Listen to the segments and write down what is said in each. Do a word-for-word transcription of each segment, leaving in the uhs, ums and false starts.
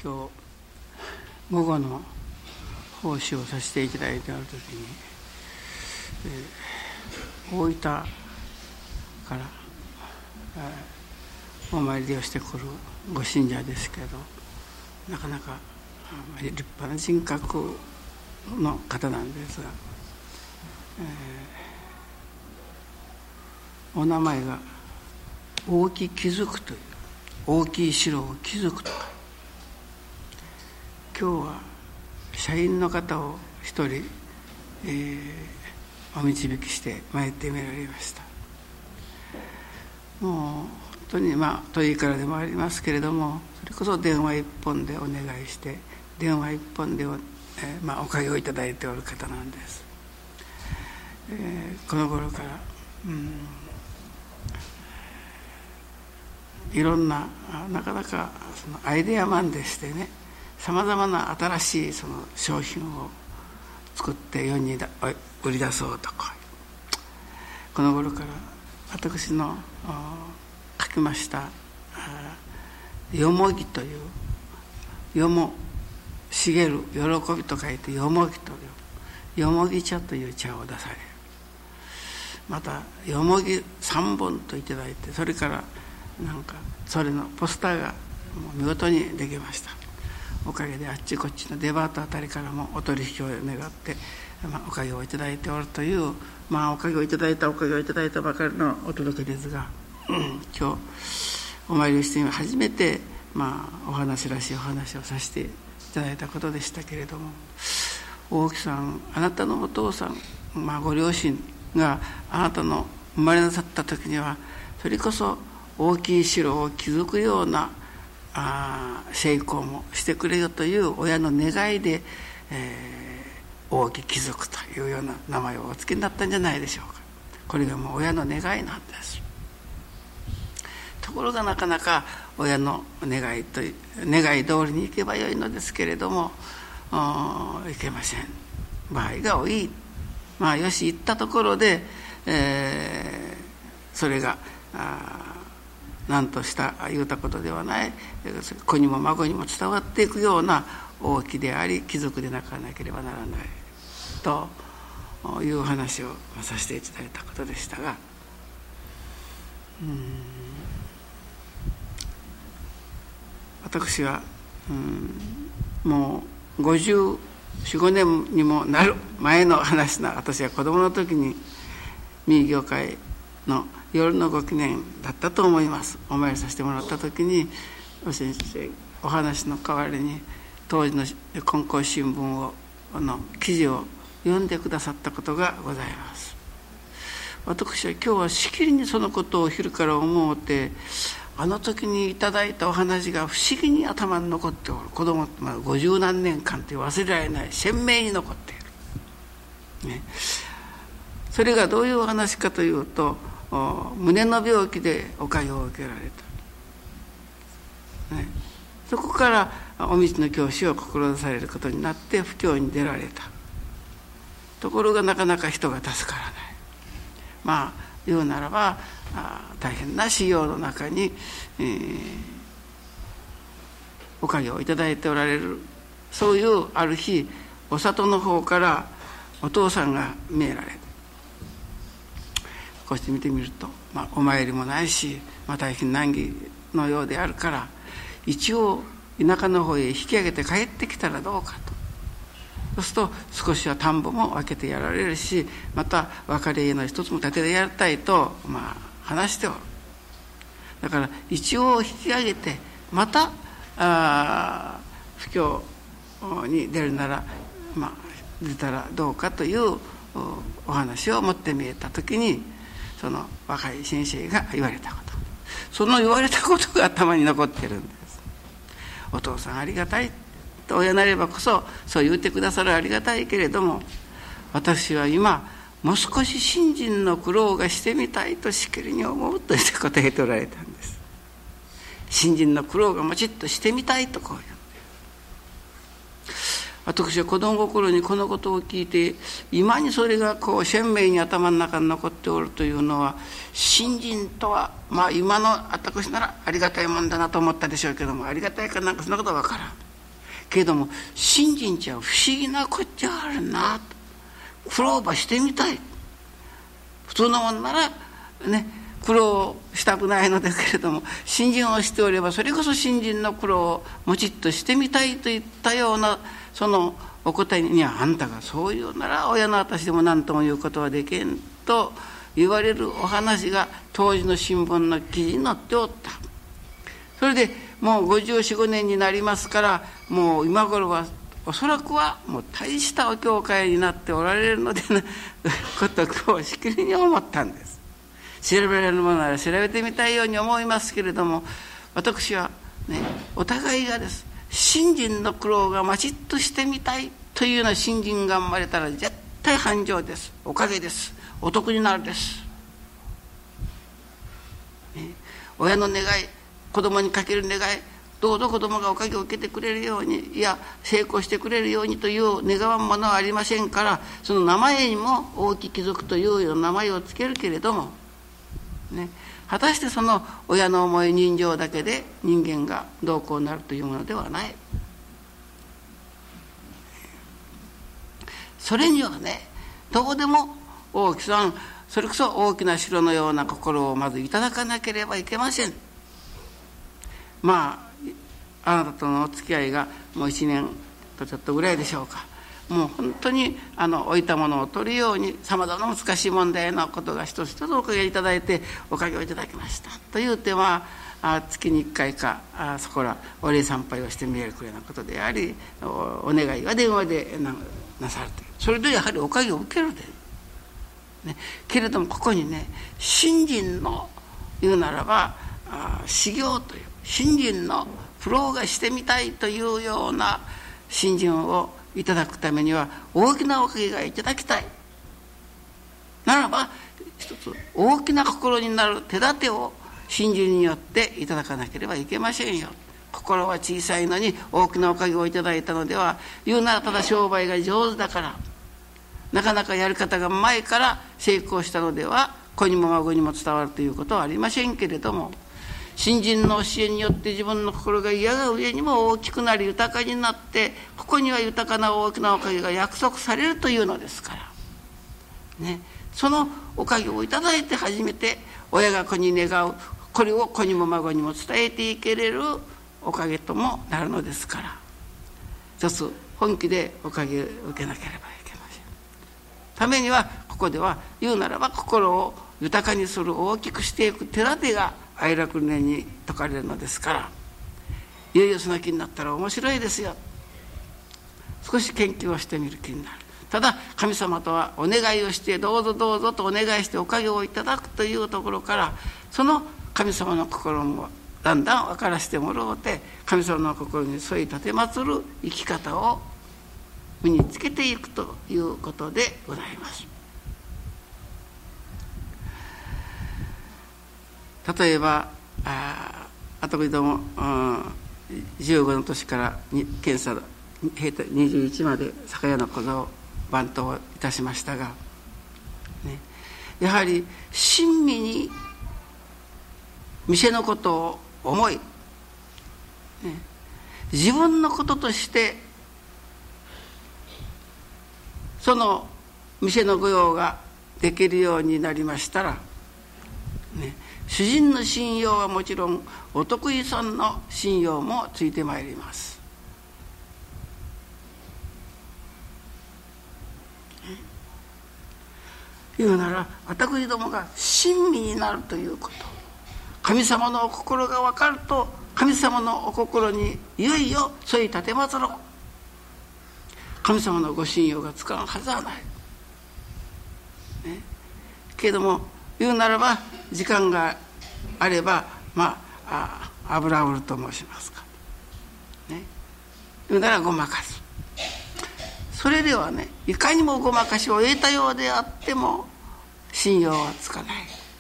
今日午後の奉仕をさせていただいてある時に、えー、大分から、えー、お参りをしてくるご信者ですけど、なかなか立派な人格の方なんですが、えー、お名前が大木貴族という、大きい城を築くとか、今日は社員の方を一人、えー、お導きして参ってみられました。もう本当にまあ遠いからでもありますけれども、それこそ電話一本でお願いして、電話一本でお、えーまあ、おかげをいただいておる方なんです。えー、この頃から、うん、いろんななかなかそのアイデアマンでしてね、さまざまな新しいその商品を作って世に売り出そうとか、この頃から私の書きましたよもぎという、よも茂る喜びと書いてよもぎというよもぎ茶という茶を出される。またよもぎさんぼんといただいて、それからなんかそれのポスターがもう見事にできました。おかげであっちこっちのデパートあたりからもお取引を願って、まあ、おかげをいただいておるという、まあおかげをいただいたおかげをいただいたばかりのお届けですが、うん、今日お参りをして初めて、まあ、お話らしいお話をさせていただいたことでしたけれども、大木さん、あなたのお父さん、まあ、ご両親があなたの生まれなさった時には、それこそ大きい城を築くようなあ成功もしてくれよという親の願いで、えー、大木貴族というような名前をお付けになったんじゃないでしょうか。これがもう親の願いなんです。ところがなかなか親の願いと願い通りにいけばよいのですけれども、いけません。場合が多い。まあよし行ったところで、えー、それが何とした言うたことではない、子にも孫にも伝わっていくような大木であり貴族でなかなければならないという話をさせていただいたことでしたが、うーん私はうんもうごじゅうよん、ごねんにもなる前の話な、私は子供の時に民業界の夜のご記念だったと思います。お参りさせてもらった時にお先生お話の代わりに当時の金光新聞をの記事を読んでくださったことがございます。私は今日はしきりにそのことを昼から思うて、あの時にいただいたお話が不思議に頭に残っておる。子供まあ五十何年間という忘れられない鮮明に残っている、ね、それがどういうお話かというと、胸の病気でおかゆを受けられた、ね、そこからお道の教師を志されることになって布教に出られた。ところがなかなか人が助からない。まあ言うならば大変な修行の中に、えー、おかげをいただいておられる。そういうある日お里の方からお父さんが見えられた。こうして見てみると、まあ、お参りもないし、まあ、大変難儀のようであるから、一応田舎の方へ引き上げて帰ってきたらどうかと。そうすると少しは田んぼも分けてやられるし、また別れ家の一つも建ててやりたいと、まあ、話しておる。だから一応引き上げてまたあ布教に出るなら、まあ、出たらどうかというお話を持ってみえた時に、その若い先生が言われたこと、その言われたことが頭に残ってるんです。お父さんありがたいと、親なればこそそう言ってくださるありがたいけれども、私は今もう少し信心の苦労がしてみたいとしきりに思うとして答えておられたんです。信心の苦労がもちっとしてみたいとこう言う。私は子供心にこのことを聞いて、今にそれがこう鮮明に頭の中に残っておるというのは、信心とはまあ今の私ならありがたいもんだなと思ったでしょうけども、ありがたいかなんかそんなことは分からん。 けれども信心ちゃ不思議なこっちゃあるなと、苦労ばしてみたい。普通のもんならね苦労したくないのだけれども、信心をしておればそれこそ信心の苦労をもちっとしてみたいといったようなそのお答えには、あんたがそう言うなら親の私でも何とも言うことはできんと言われるお話が当時の新聞の記事に載っておった。それでもうごじゅうよん、ごねんになりますから、もう今頃はおそらくはもう大したお教会になっておられるのでなことをしきりに思ったんです。調べられるものなら調べてみたいように思いますけれども、私はね、お互いがです、信心の苦労がまちっとしてみたいというような信心が生まれたら絶対繁盛です、おかげです、お得になるです、ね、親の願い、子供にかける願い、どうぞ子供がおかげを受けてくれるように、いや成功してくれるようにという願わんものはありませんから、その名前にも大き貴族というような名前をつけるけれどもね、果たしてその親の思い人情だけで人間がどうこうなるというものではない。それにはね、どうでも大きさん、それこそ大きな城のような心をまずいただかなければいけません。まああなたとのお付き合いがもういちねんとちょっとぐらいでしょうか。もう本当にあの置いたものを取るようにさまざまな難しい問題のことが一つ一つおかげいただいて、おかげをいただきましたというては、あ月にいっかいかあそこらお礼参拝をしてみえるくらいのことであり、 お, お願いは電話で な, なさるという、それでやはりおかげを受けるで、ね、けれどもここにね、信心の言うならばあ修行という信心の苦労がしてみたいというような信心をいただくためには大きなおかげがいただきたいならば、一つ大きな心になる手立てを信心によっていただかなければいけませんよ。心は小さいのに大きなおかげをいただいたのでは、言うならただ商売が上手だから、なかなかやり方が前から成功したのでは子にも孫にも伝わるということはありませんけれども、信心の教えによって自分の心が嫌が上にも大きくなり豊かになって、ここには豊かな大きなおかげが約束されるというのですから、ね、そのおかげをいただいて初めて親が子に願うこれを子にも孫にも伝えていけれるおかげともなるのですから、一つ本気でおかげを受けなければいけません。ためにはここでは言うならば心を豊かにする、大きくしていく手立てが愛楽念に説かれるのですから、いよいよその気になったら面白いですよ。少し研究をしてみる気になる。ただ神様とはお願いをして、どうぞどうぞとお願いしておかげをいただくというところから、その神様の心もだんだん分からせてもらおうて、神様の心に添い立てまつる生き方を身につけていくということでございます。例えばああとども、うん、じゅうごの年から検査平成にじゅういちまで酒屋の講座を番頭いたしましたが、ね、やはり親身に店のことを思い、ね、自分のこととしてその店の御用ができるようになりましたら、ね、主人の信用はもちろんお得意さんの信用もついてまいります。言うなら私どもが親身になるということ、神様のお心が分かると、神様のお心にいよいよ添い立てまつろう。神様のご信用がつかんはずはない、ね、けれども言うならば時間があれば、まあ、あ油売ると申しますか、ね、言うならごまかす。それではね、いかにもごまかしを得たようであっても信用はつかない。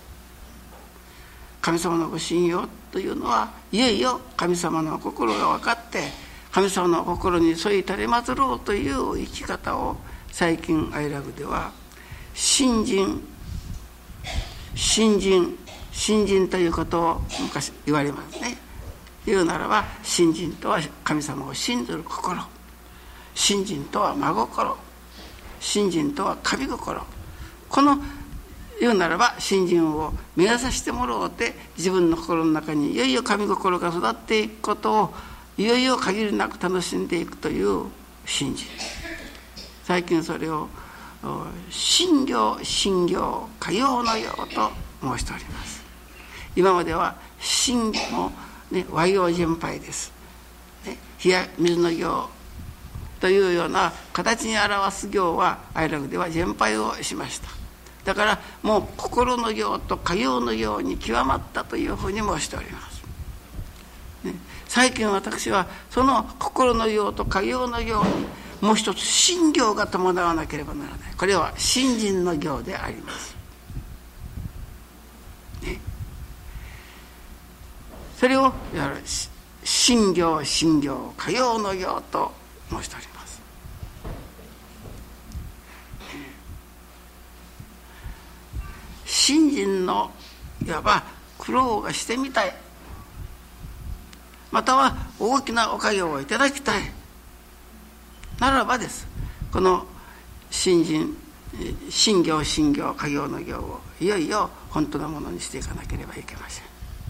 神様のご信用というのはいよいよ神様の心が分かって、神様の心に添い垂れまつろうという生き方を最近愛楽では信心信心信心ということを昔言われますね。 言うならば、信心とは神様を信ずる心、信心とは真心、信心とは神心。この言うならば信心を目指させてもらおうて、自分の心の中にいよいよ神心が育っていくことをいよいよ限りなく楽しんでいくという信心。最近それを信行信行かようのようと申しております。今までは信も、ね、和行全廃です、ね、火や水の行というような形に表す行は哀楽では全廃をしました。だからもう心の行とかようのように極まったというふうに申しております、ね、最近私はその心の行とかようのようにもう一つ信行が伴わなければならない。これは信心の行であります、ね、それをやる信行信行かようの行と申しております。信心のいわば苦労がしてみたい、または大きなおかげをいただきたいならばです、この信心信行信行か行の行をいよいよ本当のものにしていかなければいけません。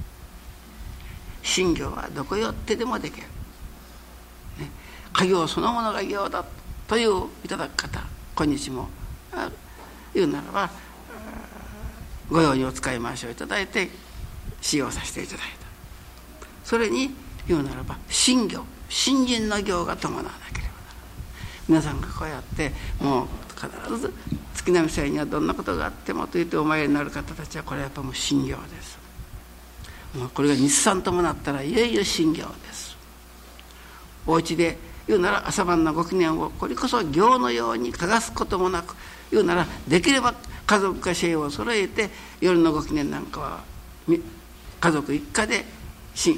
信行はどこよってでもできる、ね、か行そのものが行だといういただく方、今日も言うならばご用にお使い回しをいただいて使用させていただいた。それに言うならば信行信心の行が伴わなければならない。皆さんがこうやってもう必ず月並祭にはどんなことがあってもと言ってお参りになる方たちは、これはやっぱもう信行です。もうこれが日産ともなったらいよいよ信行です。お家で言うなら朝晩のご記念をこれこそ行のようにかがすこともなく、言うならできれば家族がシェイを揃えて夜のご記念なんかは家族一家でし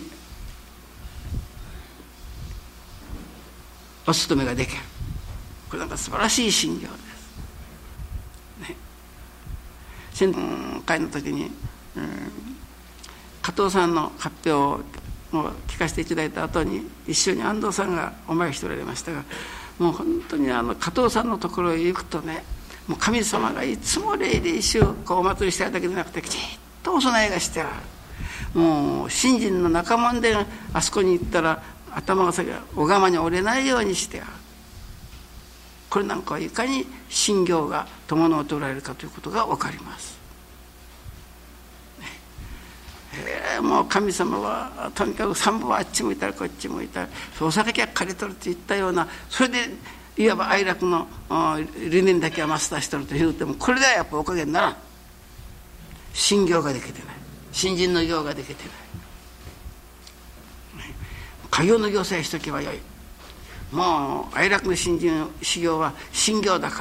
お勤めができる。これなんか素晴らしい信行です、ね、新聞会の時に、うん、加藤さんの発表を聞かせていただいた後に一緒に安藤さんがお参りしておられましたが、もう本当にあの加藤さんのところへ行くとね、もう神様がいつも礼で一周こうお祭りしてあるだけでなくてきちっとお供えがしてある。もう信心の仲間であそこに行ったら頭が先が小釜に折れないようにしてある。これなんかはいかに信行が伴っておられるかということが分かります、ねえー、もう神様はとにかく三部はあっち向いたらこっち向いたらお酒は借り取るといったような、それでいわば哀楽の理念だけはマスターしてると言うても、これではやっぱおかげにならん。信行ができてない、信心の行ができてない、か行の行さえしとけばよい。もう哀楽の信心修行は信行だから、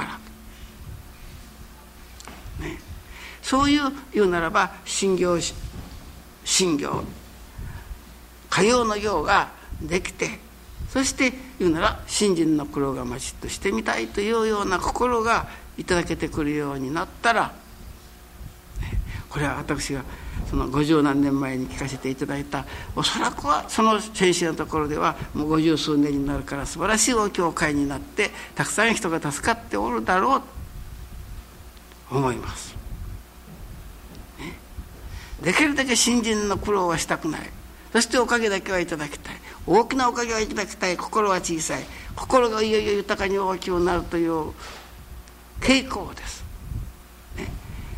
ね、そういう言うならば信行信行か行の行ができて、そして言うなら信心の苦労がまちっとしてみたいというような心がいただけてくるようになったら、これは私がその五十何年前に聞かせていただいた、おそらくはその先生のところではもう五十数年になるから素晴らしいお教会になってたくさん人が助かっておるだろうと思います、ね、できるだけ信心の苦労はしたくない。そしておかげだけはいただきたい。大きなおかげはいただきたい。心は小さい。心がいよいよ豊かに大きくなるという傾向です、ね、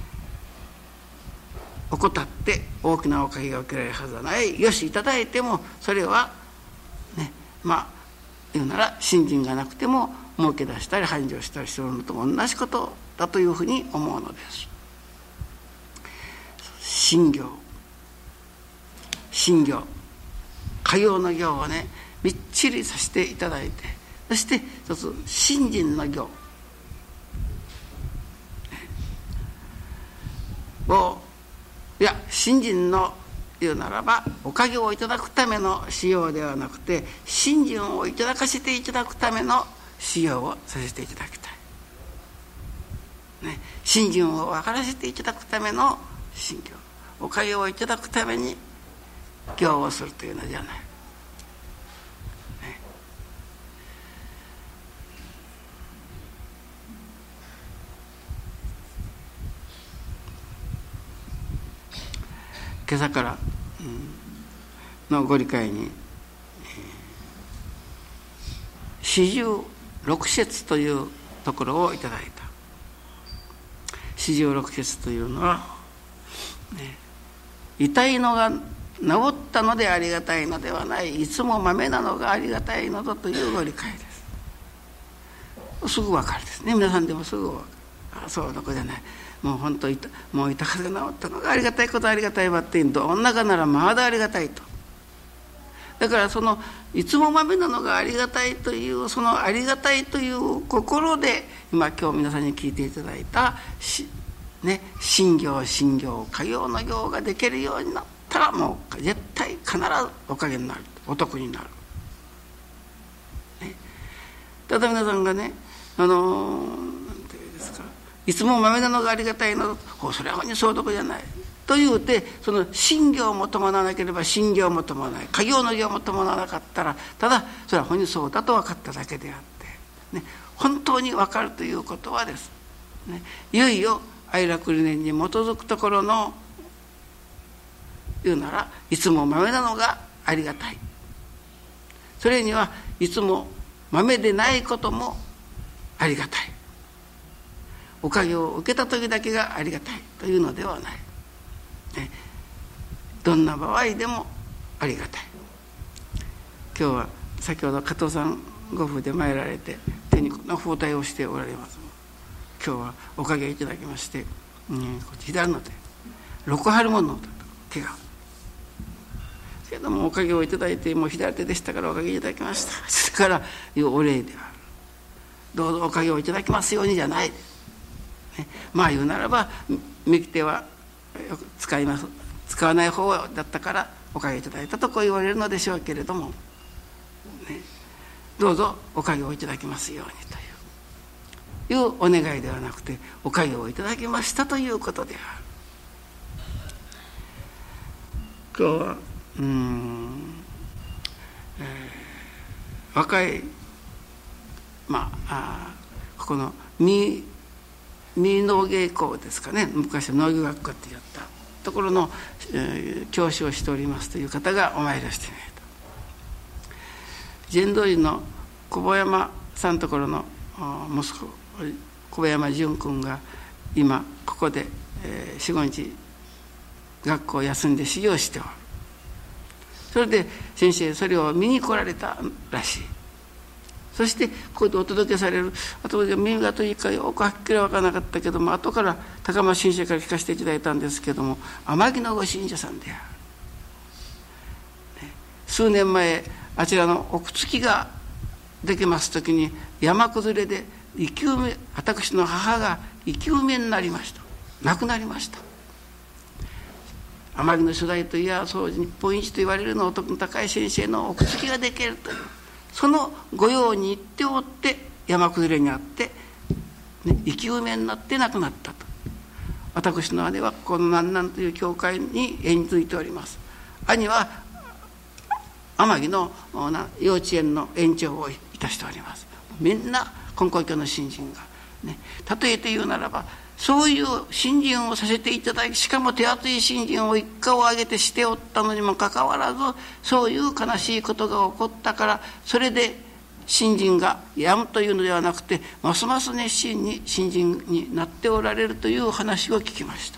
怠って大きなおかげが受けられるはずはない。よしいただいてもそれはね、まあ言うなら信心がなくても儲け出したり繁盛したりするのと同じことだというふうに思うのです。信行信行か行の行をねみっちりさせていただいて、そして一つ信心の行を、いや信心の言うならばおかげをいただくための使用ではなくて、信心をいただかせていただくための使用をさせていただきたい、ね、信心を分からせていただくための信行、おかげをいただくために行をするというのじゃない。 今朝から、うん、のご理解に四十六節というところをいただいた。四十六節というのは、ね、痛いのが治ったのでありがたいのではない、いつもまめなのがありがたいのだというご理解です。すぐ分かるですね。皆さんでもすぐ分かる。あ、そうどこじゃない、もう本当痛もう痛風が治ったのがありがたいことありがたいわって、どんなかならまだありがたいと。だからそのいつもまめなのがありがたいという、そのありがたいという心で今今日皆さんに聞いていただいたし、ね、信行信行家業の行ができるようになったら、もう絶対必ずおかげになる、お得になる、ね、ただ皆さんがね、あのなんていうんですか、いつもまめなのがありがたいの、それはほんにそうどこじゃないと言うて、その信行も伴わなければ信行も伴わない、家業の行も伴わなかったら、ただそれはほんにそうだと分かっただけであって、ね、本当に分かるということはです、ね、いよいよ愛楽理念に基づくところの言うなら、いつもまめなのがありがたい、それにはいつもまめでないこともありがたい、おかげを受けた時だけがありがたいというのではない、ね、どんな場合でもありがたい。今日は先ほど加藤さんご夫婦で参られて手にこんな包帯をしておられます。今日はおかげいただきまして、うん、左の手六春物だと怪我けども、おかげをいただいて、もう左手でしたからおかげいただきました、だからいうお礼である。どうぞおかげをいただきますようにじゃない、ね、まあ言うならば右手はよく使います使わない方だったからおかげいただいたとこう言われるのでしょうけれども、ね、どうぞおかげをいただきますようにといういうお願いではなくて、おかげをいただきましたということである。今日はうーん、えー、若いまあ、あここの三農芸校ですかね、昔は農業学科ってやったところの、えー、教師をしておりますという方がお参りをしていると。禅道院の小保山さんのところの息子小保山淳君が今ここで四五日学校を休んで修行しておる。それで先生それを見に来られたらしい。そしてここでお届けされる、あとで耳がといいかよくはっきり分からなかったけども、後から高松信者から聞かせていただいたんですけども、天城のご信者さんである、ね、数年前あちらの奥月ができます時に山崩れで生き埋め、私の母が生き埋めになりました。亡くなりました。天城の初代といやそう日本一と言われるの男の高い先生の奥月ができるという、その御用に行っておって山崩れにあって、ね、生き埋めになって亡くなったと。私の姉はこの南南という教会に縁づいております。兄は天城の幼稚園の園長をいたしております。みんな金光教の新人が、ね、例えて言うならばそういう新人をさせていただき、しかも手厚い新人を一家を挙げてしておったのにもかかわらず、そういう悲しいことが起こったから、それで新人がやむというのではなくて、ますます熱心に新人になっておられるという話を聞きました。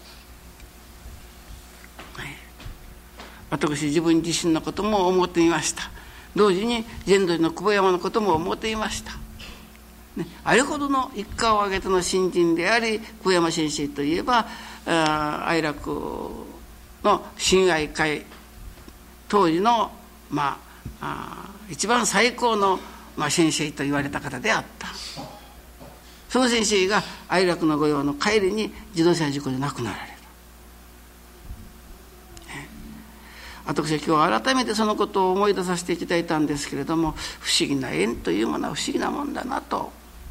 私自分自身のことも思っていました。同時に禅道寺の久保山のことも思っていました。ね、あれほどの一家を挙げての新人であり、久保山先生といえば愛楽の親愛会当時の、まあ、あ一番最高の、まあ、先生と言われた方であった。その先生が愛楽の御用の帰りに自動車事故で亡くなられる。私は今日改めてそのことを思い出させていただいたんですけれども、不思議な縁というものは不思議なもんだなと。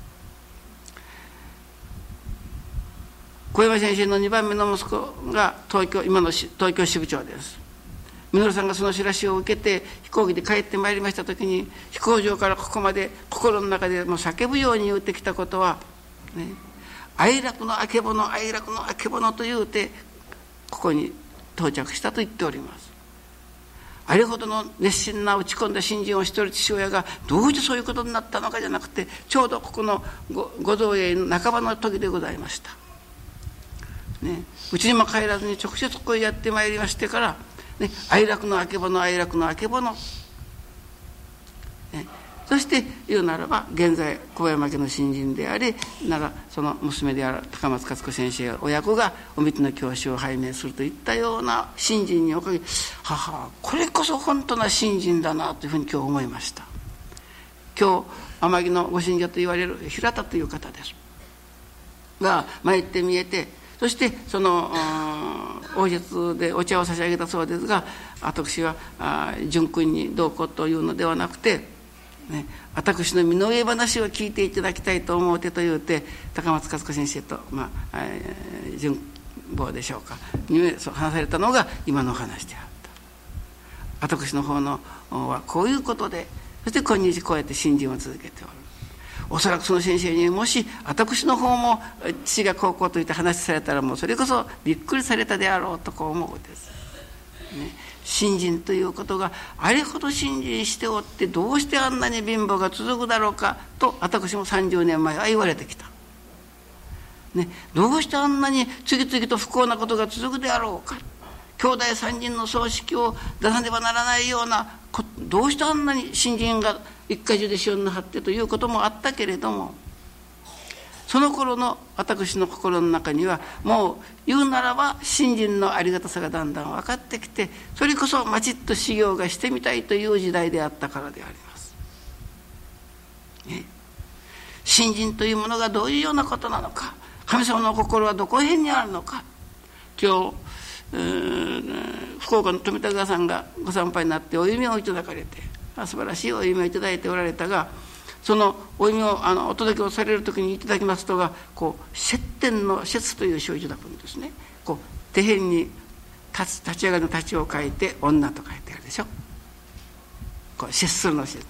小山先生のにばんめの息子が東京今の東京支部長です。稔さんがその知らしを受けて飛行機で帰ってまいりました時に、飛行場からここまで心の中でもう叫ぶように言ってきたことは、ね、愛楽のあけぼの愛楽のあけぼのと言うてここに到着したと言っております。あれほどの熱心な打ち込んだ信心をしている父親がどうしてそういうことになったのかじゃなくて、ちょうどここのご造営の半ばの時でございました。ね、うちにも帰らずに直接ここへやってまいりましてから、ね、哀楽のあけぼの哀楽のあけぼの、ね、そして言うならば現在小山家の新人でありならその娘である高松勝子先生親子がお水の教師を拝命するといったような新人におかげ、母これこそ本当な新人だなというふうに今日思いました。今日天城のご信者と言われる平田という方ですが参って見えて、そしてその王室でお茶を差し上げたそうですが、私は純君にどうこうというのではなくて、ね、私の身の上話を聞いていただきたいと思うてと言うて高松勝子先生と、まあえー、純坊でしょうかに話されたのが今の話であった。私の方のはこういうことで、そして今日こうやって信心を続けておる。おそらくその先生にもし私の方も父がこうこうと言って話されたらもうそれこそびっくりされたであろうとこう思うです、ね、信心ということがあれほど信心しておってどうしてあんなに貧乏が続くだろうかと私もさんじゅうねんまえは言われてきた、ね、どうしてあんなに次々と不幸なことが続くであろうか、兄弟三人の葬式を出さねばならないような、どうしてあんなに信心が一家中で塩の張ってということもあったけれども、その頃の私の心の中にはもう言うならば信心のありがたさがだんだん分かってきて、それこそまちっと修行がしてみたいという時代であったからであります、ね、信心というものがどういうようなことなのか、神様の心はどこへんにあるのか。今日福岡の富田川さんがご参拝になってお弓をいただかれて、素晴らしいお弓をいただいておられたが、そのお弓をあのお届けをされる時にいただきますとが、こう接天の節という書をいただくんですね。こう手辺に立つ立ち上がりの立ちを書いて女と書いてあるでしょ。こう接するの節、ね、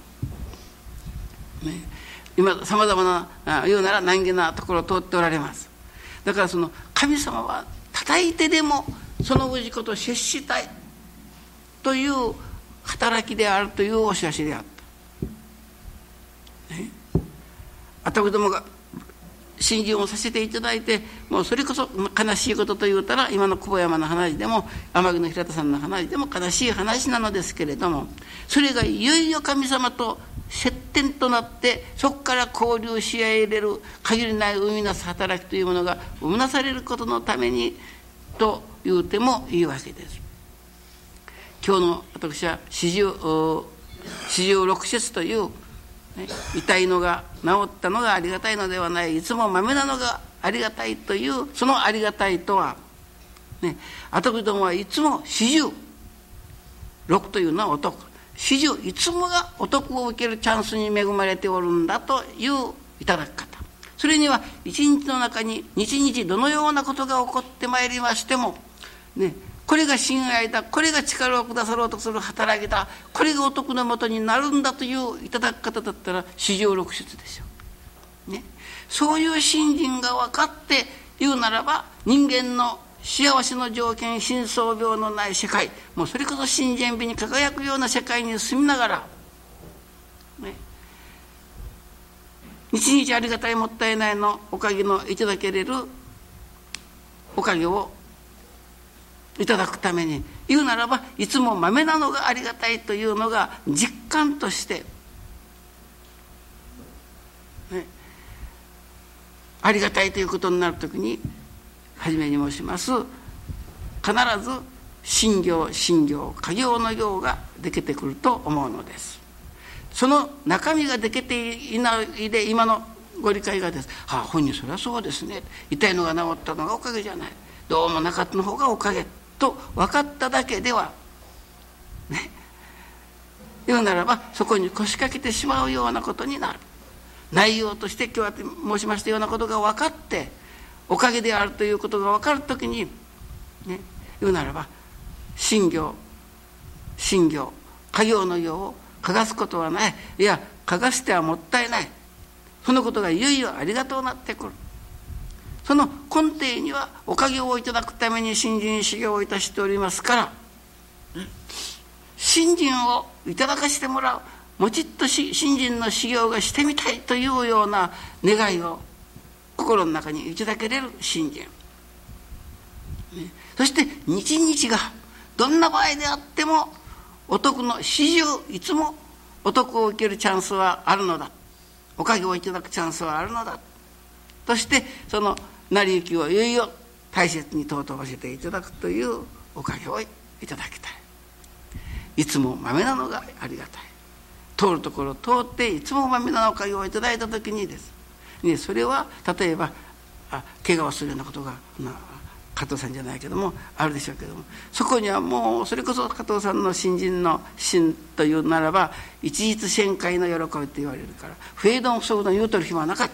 今さまざまな言うなら難儀なところを通っておられます。だからその神様は叩いてでもその氏子と接したいという働きであるというお知らせであった、ね、私どもが信心をさせていただいて、もうそれこそ悲しいことと言うたら今の久保山の話でも天城の平田さんの話でも悲しい話なのですけれども、それがいよいよ神様と接点となってそこから交流し合えれる限りない生み出す働きというものが生み出されることのためにと言うてもいいわけです。今日の私は四十四十六節という、ね、痛いのが治ったのがありがたいのではない、いつもまめなのがありがたいという、そのありがたいとは、ね、私どもはいつも四十六というのはお得、四十いつもがお得を受けるチャンスに恵まれておるんだといういただき方。それには一日の中に日々どのようなことが起こってまいりましても、ね、これが親愛だ、これが力をくださろうとする働きだ、これがお得のもとになるんだといういただき方だったら四十六節でしょう、ね、そういう信心が分かって言うならば、人間の幸せの条件、心相病のない世界、もうそれこそ真善美に輝くような世界に住みながら、ね、日々ありがたいもったいないのおかげのいただけれるおかげをいただくために、言うならばいつもまめなのがありがたいというのが実感として、ね、ありがたいということになるときに初めに申します必ず信行信行家行の行ができてくると思うのです。その中身ができていないで今のご理解がです、はあ、本人それはそうですね、痛いのが治ったのがおかげじゃない、どうもなかったの方がおかげと分かっただけではね、言うならばそこに腰掛けてしまうようなことになる。内容として今日申しましたようなことが分かっておかげであるということが分かるときに、ね、言うならば信行信行家行の行をかがすことはない、いやかがしてはもったいない、そのことがいよいよありがとうなってくる。 その根底にはおかげをいただくために信心修行をいたしておりますから、信心をいただかせてもらう、もちっと信心の修行がしてみたいというような願いを心の中にいただけれる信心、ね、そして日々がどんな場合であってもお得の始終、いつもお得を受けるチャンスはあるのだ、おかげをいただくチャンスはあるのだとして、その成り行きをいよいよ大切に尊ばせていただくというおかげをいただきたい。いつも豆なのがありがたい。通るところを通っていつも豆なのおかげをいただいた時にです、ね、それは例えばあ怪我をするようなことが、まあ、加藤さんじゃないけどもあるでしょうけども、そこにはもうそれこそ加藤さんの信心の心というならば一日旋回の喜びと言われるから、不平等不足の言うとる暇はなかった、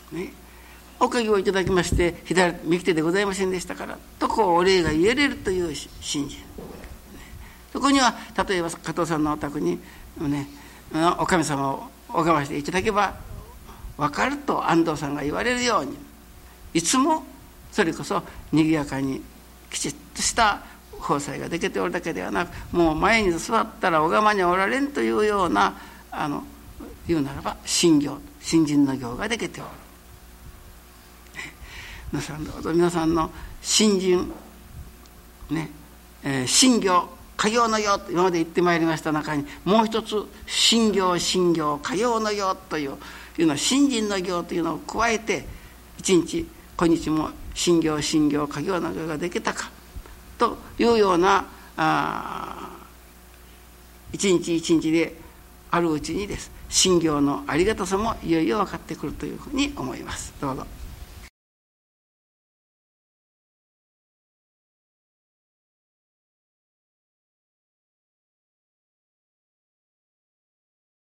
ね、おかげをいただきまして左右手でございませんでしたからとこうお礼が言えれるという信心、そこには例えば加藤さんのお宅に、ね、お神様を拝ましていただけば分かると安藤さんが言われるように、いつもそれこそ賑やかにきちっとした奉祭ができておるだけではなく、もう前に座ったら拝まにおられんというような、あの言うならば信行、信心の行ができておる。皆さんどうぞ皆さんの信心ね、えー、信行家業の行と今まで言ってまいりました中に、もう一つ信行信行家業の行といういうのは信心の行というのを加えて、一日今日も信行信行家業の行ができたかというようなあ一日一日であるうちにです、信行のありがたさもいよいよ分かってくるというふうに思います。どうぞ。